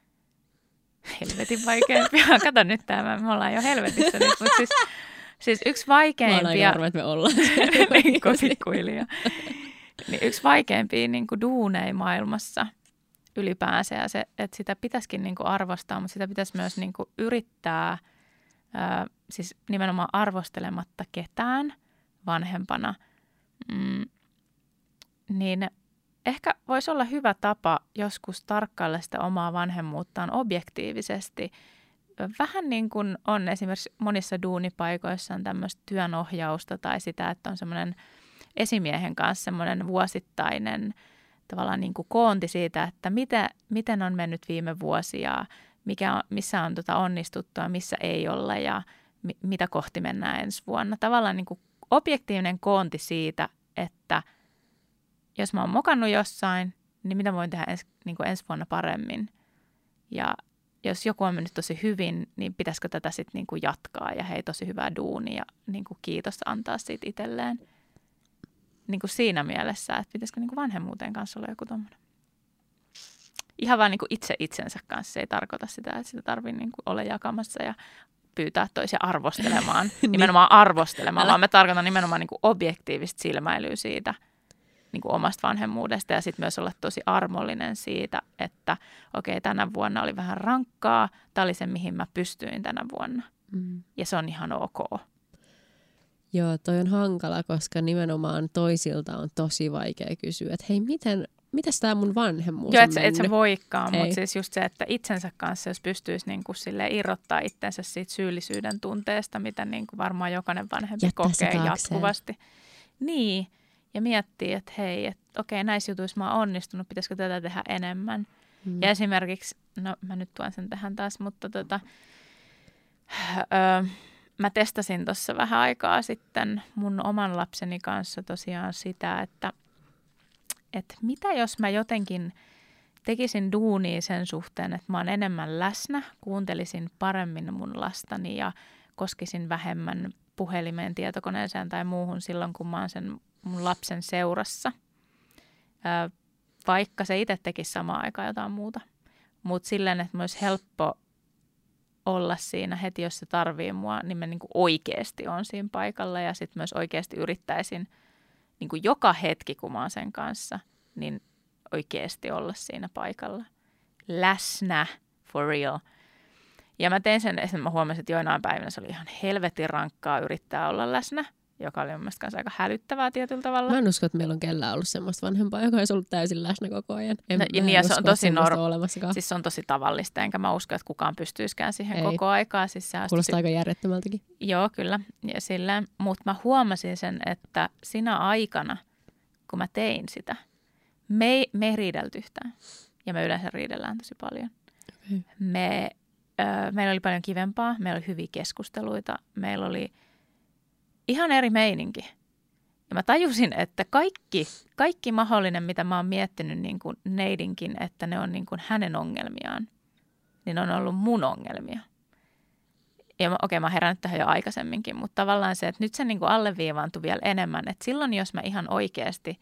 Kato nyt tämä, me ollaan jo helvetissä nyt, mutta siis yksi vaikeimpia. Mä oon aika varma, että me ollaan. Pikkuhiljaa. Niin yksi vaikeimpia niin kuin duuneja maailmassa ylipäänsä. Ja se, että sitä pitäisikin niin kuin arvostaa, mutta sitä pitäisi myös niin kuin yrittää, siis nimenomaan arvostelematta ketään vanhempana. Niin ehkä voisi olla hyvä tapa joskus tarkkailla sitä omaa vanhemmuuttaan objektiivisesti. Vähän niin kuin on esimerkiksi monissa duunipaikoissa on tämmöistä työnohjausta tai sitä, että on semmoinen esimiehen kanssa semmoinen vuosittainen tavallaan niin kuin koonti siitä, että miten on mennyt viime vuosia, missä on onnistuttu ja missä ei olla ja mitä kohti mennään ensi vuonna. Tavallaan niin kuin objektiivinen koonti siitä, että jos mä oon mokannut jossain, niin mitä voin tehdä niin kuin ensi vuonna paremmin. Ja jos joku on mennyt tosi hyvin, niin pitäisikö tätä sitten niin kuin jatkaa ja hei, tosi hyvää duunia ja niin kuin kiitos antaa siitä itselleen. Niin kuin siinä mielessä, että pitäisikö niin kuin vanhemmuuteen kanssa olla joku tommoinen. Ihan vaan niin kuin itse itsensä kanssa. Se ei tarkoita sitä, että sitä tarvitsee niin kuin olla jakamassa ja pyytää toisia arvostelemaan. Nimenomaan arvostelemaan, vaan mä tarkoitan nimenomaan niin kuin objektiivista silmäilyä siitä niin kuin omasta vanhemmuudesta ja sitten myös olla tosi armollinen siitä, että okei, tänä vuonna oli vähän rankkaa. Tämä oli se, mihin mä pystyin tänä vuonna. Ja se on ihan ok. Joo, toi on hankala, koska nimenomaan toisilta on tosi vaikea kysyä, että hei, mitäs tämä mun vanhemmuus on mennyt? Et sä voikaan, mutta siis just se, että itsensä kanssa, jos pystyisi niin kuin irrottaa itsensä siitä syyllisyyden tunteesta, mitä niin kuin varmaan jokainen vanhempi kokee jatkuvasti. Niin, ja miettii, että hei, että okei, näissä jutuissa mä oon onnistunut, pitäisikö tätä tehdä enemmän. Ja esimerkiksi, no mä nyt tuon sen tähän taas, mutta mä testasin tuossa vähän aikaa sitten mun oman lapseni kanssa tosiaan sitä, että mitä jos mä jotenkin tekisin duunia sen suhteen, että mä oon enemmän läsnä, kuuntelisin paremmin mun lastani ja koskisin vähemmän puhelimeen, tietokoneeseen tai muuhun silloin, kun mä oon sen mun lapsen seurassa. Vaikka se itse tekisi samaan aikaan jotain muuta. Mutta silleen, että olisi helppo olla siinä heti, jos se tarvii mua, niin mä niinku oikeasti on siinä paikalla ja sitten myös oikeasti yrittäisin niinku joka hetki, kun mä oon sen kanssa, niin oikeasti olla siinä paikalla. Läsnä, for real. Ja mä tein sen, että mä huomasin, että joinain päivinä se oli ihan helvetin rankkaa yrittää olla läsnä, joka oli mun mielestä aika hälyttävää tietyllä tavalla. Mä en usko, että meillä on kellään ollut semmoista vanhempaa, joka olisi ollut täysin läsnä koko ajan. Se on tosi siis se on tosi tavallista, enkä mä usko, että kukaan pystyisikään siihen koko aikaa. Siis kuulostaa aika järjettömältäkin. Joo, kyllä. Mutta mä huomasin sen, että sinä aikana, kun mä tein sitä, me ei riidelty yhtään. Ja me yleensä riidellään tosi paljon. Okay. Meillä oli paljon kivempaa, meillä oli hyviä keskusteluita, meillä oli ihan eri meininki. Ja mä tajusin, että kaikki mahdollinen, mitä mä oon miettinyt niin kuin neidinkin, että ne on niin kuin hänen ongelmiaan, niin on ollut mun ongelmia. Ja mä oon herännyt tähän jo aikaisemminkin, mutta tavallaan se, että nyt se niin kuin alleviivaantui vielä enemmän, että silloin jos mä ihan oikeasti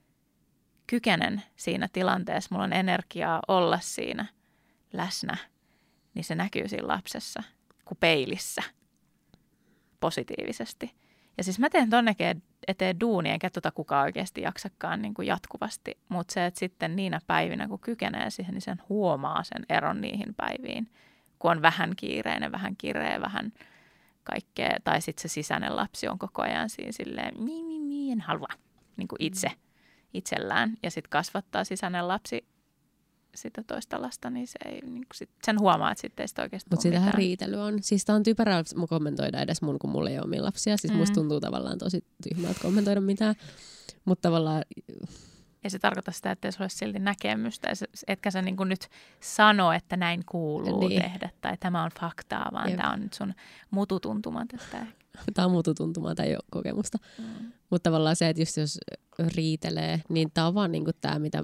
kykenen siinä tilanteessa, mulla on energiaa olla siinä läsnä, niin se näkyy siinä lapsessa kuin peilissä positiivisesti. Ja siis mä teen tonnekin eteen duunia, enkä kukaan oikeasti jaksakaan niin kuin jatkuvasti. Mutta se, että sitten niinä päivinä, kun kykenee siihen, niin sen huomaa sen eron niihin päiviin. Kun on vähän kiireinen, vähän kireä, vähän kaikkea. Tai sitten se sisäinen lapsi on koko ajan siinä silleen, en halua, niin kuin itsellään. Ja sitten kasvattaa sisäinen lapsi sitä toista lasta, niin se ei, niin sen huomaa, että sitten ei sitä oikeasti Mutta sitähän riitely on. Siis tää on typerää kommentoida edes mun, kun mulla ei ole omia lapsia. Siis musta tuntuu tavallaan tosi tyhmältä kommentoida mitään. Mutta tavallaan ei se tarkoita sitä, että ei sulla ole silti näkemystä. Etkä sä niin kuin nyt sano, että näin kuuluu tehdä. Tai tämä on faktaa, vaan tämä on nyt sun mututuntuma tästä. Tämä on mututuntuma, tämä ei ole kokemusta. Mutta tavallaan se, että just jos riitelee, niin tämä on vaan niin kuin tämä, mitä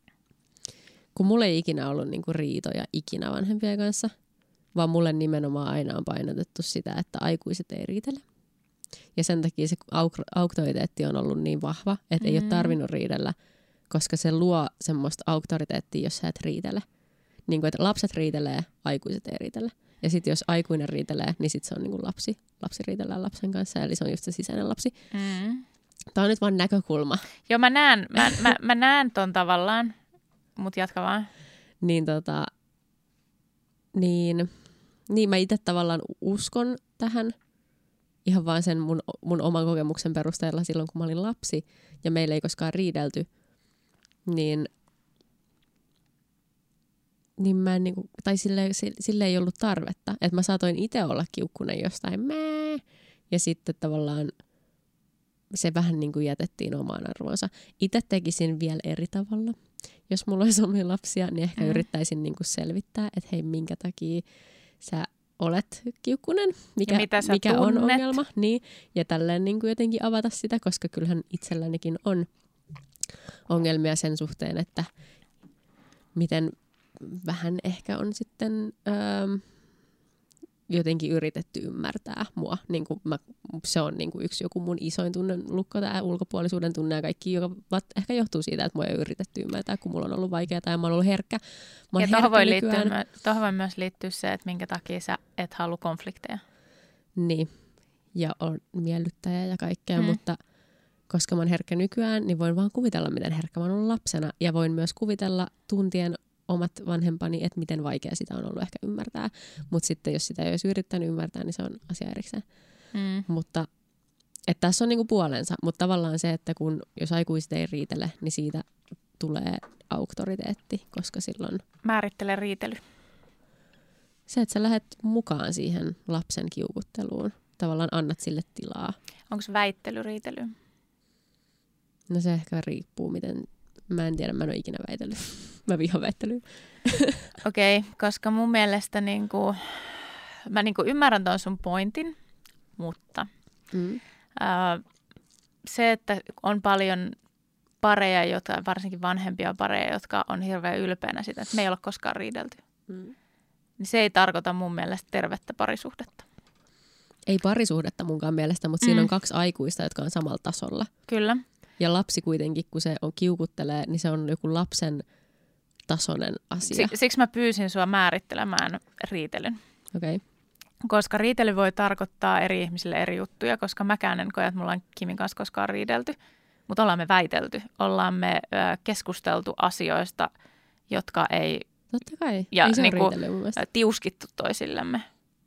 kun mulla ei ikinä ollut niinku riitoja ikinä vanhempien kanssa, vaan mulle nimenomaan aina on painotettu sitä, että aikuiset ei riitele. Ja sen takia se auktoriteetti on ollut niin vahva, että ei ole tarvinnut riidellä, koska se luo semmoista auktoriteettia, jos sä et riitele. Niin kuin, että lapset riitelee, aikuiset ei riitele. Ja sitten jos aikuinen riitelee, niin sitten se on niin kuin lapsi. Lapsi riitellään lapsen kanssa, eli se on just se sisäinen lapsi. Tämä on nyt vaan näkökulma. Joo, mä näen ton tavallaan. Mut jatka vaan. Niin mä itse tavallaan uskon tähän ihan vaan sen mun oman kokemuksen perusteella silloin, kun mä olin lapsi ja meillä ei koskaan riidelty, niin mä en niinku, tai sille ei ollut tarvetta. Että mä saatoin itse olla kiukkunen jostain ja sitten tavallaan se vähän niin kuin jätettiin omaan arvoonsa. Itse tekisin vielä eri tavalla. Jos mulla olisi omia lapsia, niin ehkä yrittäisin niin kuin selvittää, että hei, minkä takia sä olet kiukkunen, mikä on ongelma. Niin, ja tälleen niin kuin jotenkin avata sitä, koska kyllähän itsellänikin on ongelmia sen suhteen, että miten vähän ehkä on sitten jotenkin yritetty ymmärtää mua. Niin kuin se on niin kuin yksi joku mun isoin tunnelukko, tämä ulkopuolisuuden tunne ja kaikki, joka ehkä johtuu siitä, että mua ei yritetty ymmärtää, kun mulla on ollut vaikeaa tai mä oon ollut herkkä. Ja tuohon voi myös liittyä se, että minkä takia sä et halua konflikteja. Niin, ja on miellyttäjä ja kaikkea, mutta koska mä oon herkkä nykyään, niin voin vaan kuvitella, miten herkkä mä oon ollut lapsena. Ja voin myös kuvitella tuntien omat vanhempani, että miten vaikea sitä on ollut ehkä ymmärtää. Mutta sitten jos sitä ei olisi yrittänyt ymmärtää, niin se on asia erikseen. Mutta että tässä on niinku puolensa. Mutta tavallaan se, että jos aikuiset ei riitele, niin siitä tulee auktoriteetti, koska silloin määrittele riitely. Se, että sä lähdet mukaan siihen lapsen kiukutteluun. Tavallaan annat sille tilaa. Onko väittely riitely? No se ehkä riippuu, miten. Mä en tiedä, mä en ole ikinä väitellyt. Mä vihaan väittelyä. Okei, koska mun mielestä mä ymmärrän ton sun pointin, Mutta se, että on paljon pareja, varsinkin vanhempia pareja, jotka on hirveän ylpeänä sitä, että me ei ole koskaan riidelty. Niin se ei tarkoita mun mielestä tervettä parisuhdetta. Ei parisuhdetta munkaan mielestä, mutta siinä on 2 aikuista, jotka on samalla tasolla. Kyllä. Ja lapsi kuitenkin, kun se on kiukuttelee, niin se on joku lapsen tasoinen asia. Siksi mä pyysin sua määrittelemään riitelyn. Okei. Koska riitely voi tarkoittaa eri ihmisille eri juttuja, koska mäkään en koe, että mulla on Kimin kanssa koskaan riidelty. Mutta ollaan me väitelty, ollaan me keskusteltu asioista, jotka ei... Totta kai, ja ei se niinku, ole riitely mun mielestä. Tiuskittu toisillemme.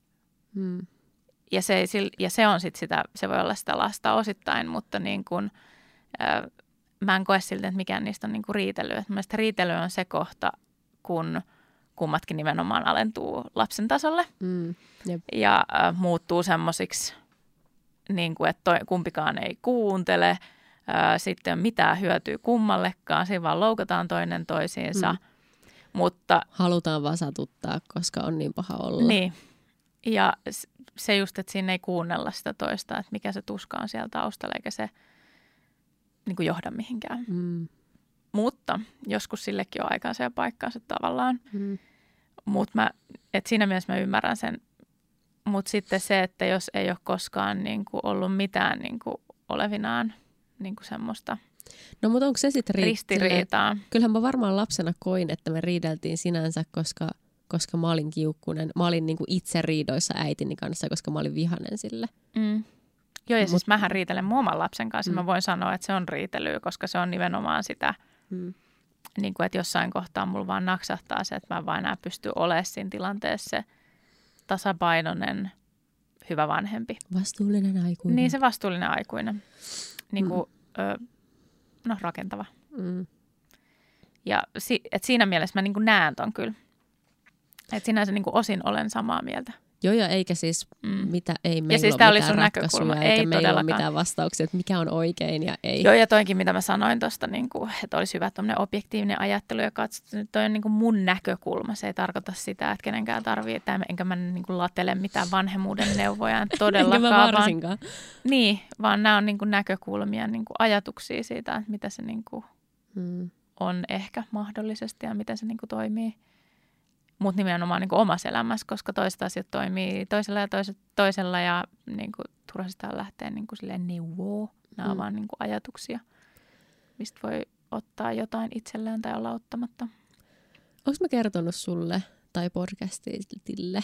Ja se on sitten sitä, se voi olla sitä lasta osittain, mutta niin kun, mä en koe siltä, että mikään niistä on niin kuin riitelyä. Mielestäni riitely on se kohta, kun kummatkin nimenomaan alentuu lapsen tasolle ja muuttuu semmoisiksi, niin kuin, että kumpikaan ei kuuntele, sitten mitään hyötyä kummallekaan, siinä vaan loukataan toinen toisiinsa. Mutta halutaan vaan satuttaa, koska on niin paha olla. Niin, ja se just, että siinä ei kuunnella sitä toista, että mikä se tuska on siellä taustalla, eikä se niin kuin johda mihinkään. Mutta joskus sillekin on aikansa ja paikkaansa tavallaan. Mutta siinä mielessä mä ymmärrän sen. Mutta sitten se, että jos ei ole koskaan niin kuin ollut mitään niin kuin olevinaan niin kuin semmoista no mutta onko se sitten ristiriitaa? Kyllähän mä varmaan lapsena koin, että me riideltiin sinänsä, koska mä olin kiukkunen. Mä olin niin kuin itse riidoissa äitini kanssa, koska mä olin vihainen sille. Joo, ja siis mähän riitelen mun oman lapsen kanssa. Mä voin sanoa, että se on riitelyä, koska se on nimenomaan sitä, niin kuin, että jossain kohtaa mulla vaan naksahtaa se, että mä vaan enää pysty olemaan siinä tilanteessa se tasapainoinen, hyvä vanhempi. Vastuullinen aikuinen. Niin, se vastuullinen aikuinen. Niin kuin, rakentava. Ja siinä mielessä mä niin kuin näen ton kyllä. Että sinänsä niin kuin osin olen samaa mieltä. Joo, ja eikä siis ei meillä siis ole mitään ratkaisuja, eikä meillä ole mitään vastauksia, että mikä on oikein ja ei. Joo, ja toinkin, mitä mä sanoin tuosta, niin että olisi hyvä tuommoinen objektiivinen ajattelu ja katso, toi on niin kuin mun näkökulma. Se ei tarkoita sitä, että kenenkään tarvitsee, enkä mä niin kuin latele mitään vanhemmuuden neuvoja todellakaan. Enkä mä varsinkaan. Niin, vaan nämä on niin kuin näkökulmia, niin kuin ajatuksia siitä, että mitä se niin kuin on ehkä mahdollisesti ja miten se niin kuin toimii. Mutta nimenomaan niin kuin omassa elämässä, koska toiset asiat toimii toisella ja toisella ja niin kuin turhastaan lähtee niin kuin silleen neuvoo. Nämä on vaan niin kuin ajatuksia, mistä voi ottaa jotain itselleen tai olla ottamatta. Onko mä kertonut sulle tai podcastille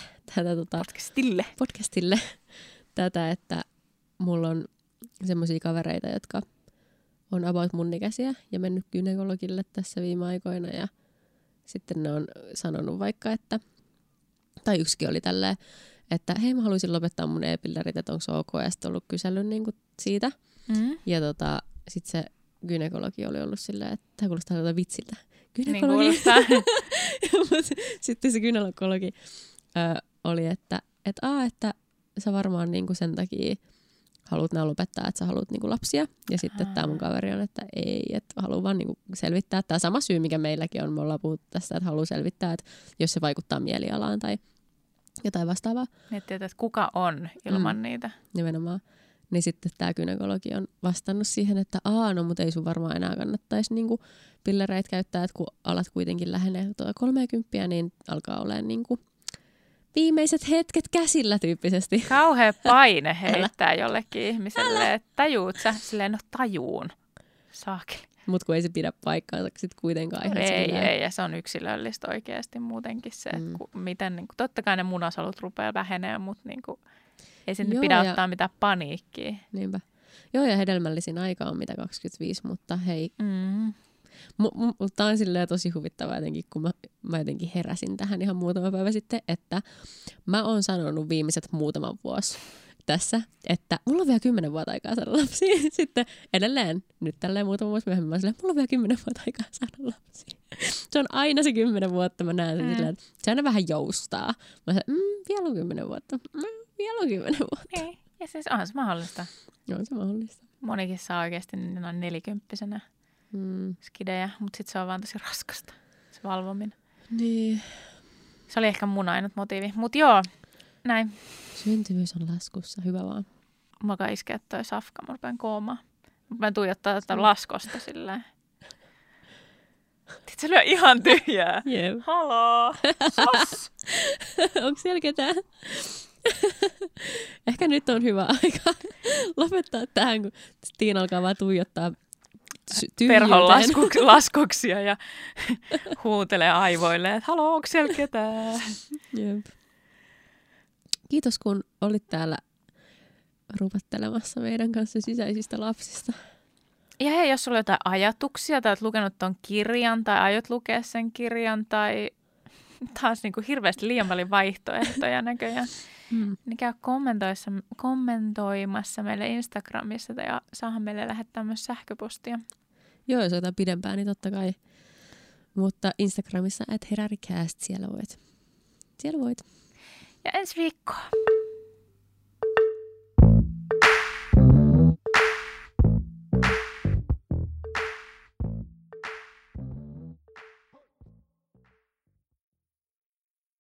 tätä, että mulla on semmoisia kavereita, jotka on about mun ikäisiä ja mennyt gynekologille tässä viime aikoina ja sitten ne on sanonut vaikka, että, tai yksikin oli tälleen, että hei mä haluaisin lopettaa mun e-pillerit, että onko se ok, ja sitten ollut kysellyt niin kuin siitä. Ja sitten se gynekologi oli ollut silleen, että tämä kuulostaa jotain vitsiltä. Gynekologi. Niin sitten se gynekologi oli, että sä varmaan niin kuin sen takia haluat nää lopettaa, että sä haluat niinku lapsia. Ja sitten tämä mun kaveri on, että ei, että haluaa vaan niinku selvittää. Tämä sama syy, mikä meilläkin on. Me ollaan puhuttu tästä, että haluaa selvittää, että jos se vaikuttaa mielialaan tai jotain vastaavaa. Miettii, että kuka on ilman niitä. Nimenomaan. Niin sitten tämä gynekologi on vastannut siihen, että no mutta ei sun varmaan enää kannattaisi niinku pillereitä käyttää, että kun alat kuitenkin lähenee 30, niin alkaa olemaan niinku viimeiset hetket käsillä tyyppisesti. Kauhea paine heittää jollekin ihmiselle, että tajuut sä? Silleen, no tajuun. Saakeli. Mutta kun ei se pidä paikkaansa sitten kuitenkaan. Ei, ja se on yksilöllistä oikeasti muutenkin se, että miten, niin kuin, totta kai ne munasolut rupeaa vähenee, mutta niin kuin, ei sinne pidä ottaa mitään paniikkiä. Niinpä. Joo, ja hedelmällisin aika on mitä 25, mutta hei. Mutta on silleen tosi huvittavaa jotenkin, kun mä jotenkin heräsin tähän ihan muutama päivä sitten, että mä oon sanonut viimeiset muutaman vuosi tässä, että mulla on vielä 10 vuotta aikaa saada lapsia. Sitten edelleen, nyt tälleen muutama vuosi myöhemmin, mä silleen, mulla on vielä 10 vuotta aikaa saada lapsia. Se on aina se 10 vuotta, mä näen sen silleen, että se aina vähän joustaa. Mä sanon, vielä on 10 vuotta, vielä on 10 vuotta. Ei, ja siis onhan se mahdollista. On se mahdollista. Monikin saa oikeasti noin 40-vuotiaana skidejä, mutta sitten se on vaan tosi raskasta, se valvominen. Niin. Se oli ehkä mun ainut motiivi, mutta joo, näin. Syntyvyys on laskussa, hyvä vaan. Mulla iskee toi safka, mä rupean koomaan. Mä tuijottaa tätä laskosta silleen. Se oli ihan tyhjää. Jep. Haloo! Sos! Onko siellä ketään? Ehkä nyt on hyvä aika lopettaa tähän, kun Tiina alkaa vaan tuijottaa Perhon laskuksia ja huutelee aivoille, että haloo, onko siellä ketään? Jep. Kiitos, kun olit täällä rupattelemassa meidän kanssa sisäisistä lapsista. Ja hei, jos sulla on jotain ajatuksia, tai olet lukenut ton kirjan, tai aiot lukea sen kirjan, tai taas niin kuin hirveästi liian paljon vaihtoehtoja näköjään, niin käy kommentoimassa meille Instagramissa, ja saahan meille lähettää myös sähköpostia. Joo, jos jotain pidempään, niin totta kai. Mutta Instagramissa @heraricast, siellä voit. Ja ensi viikkoa.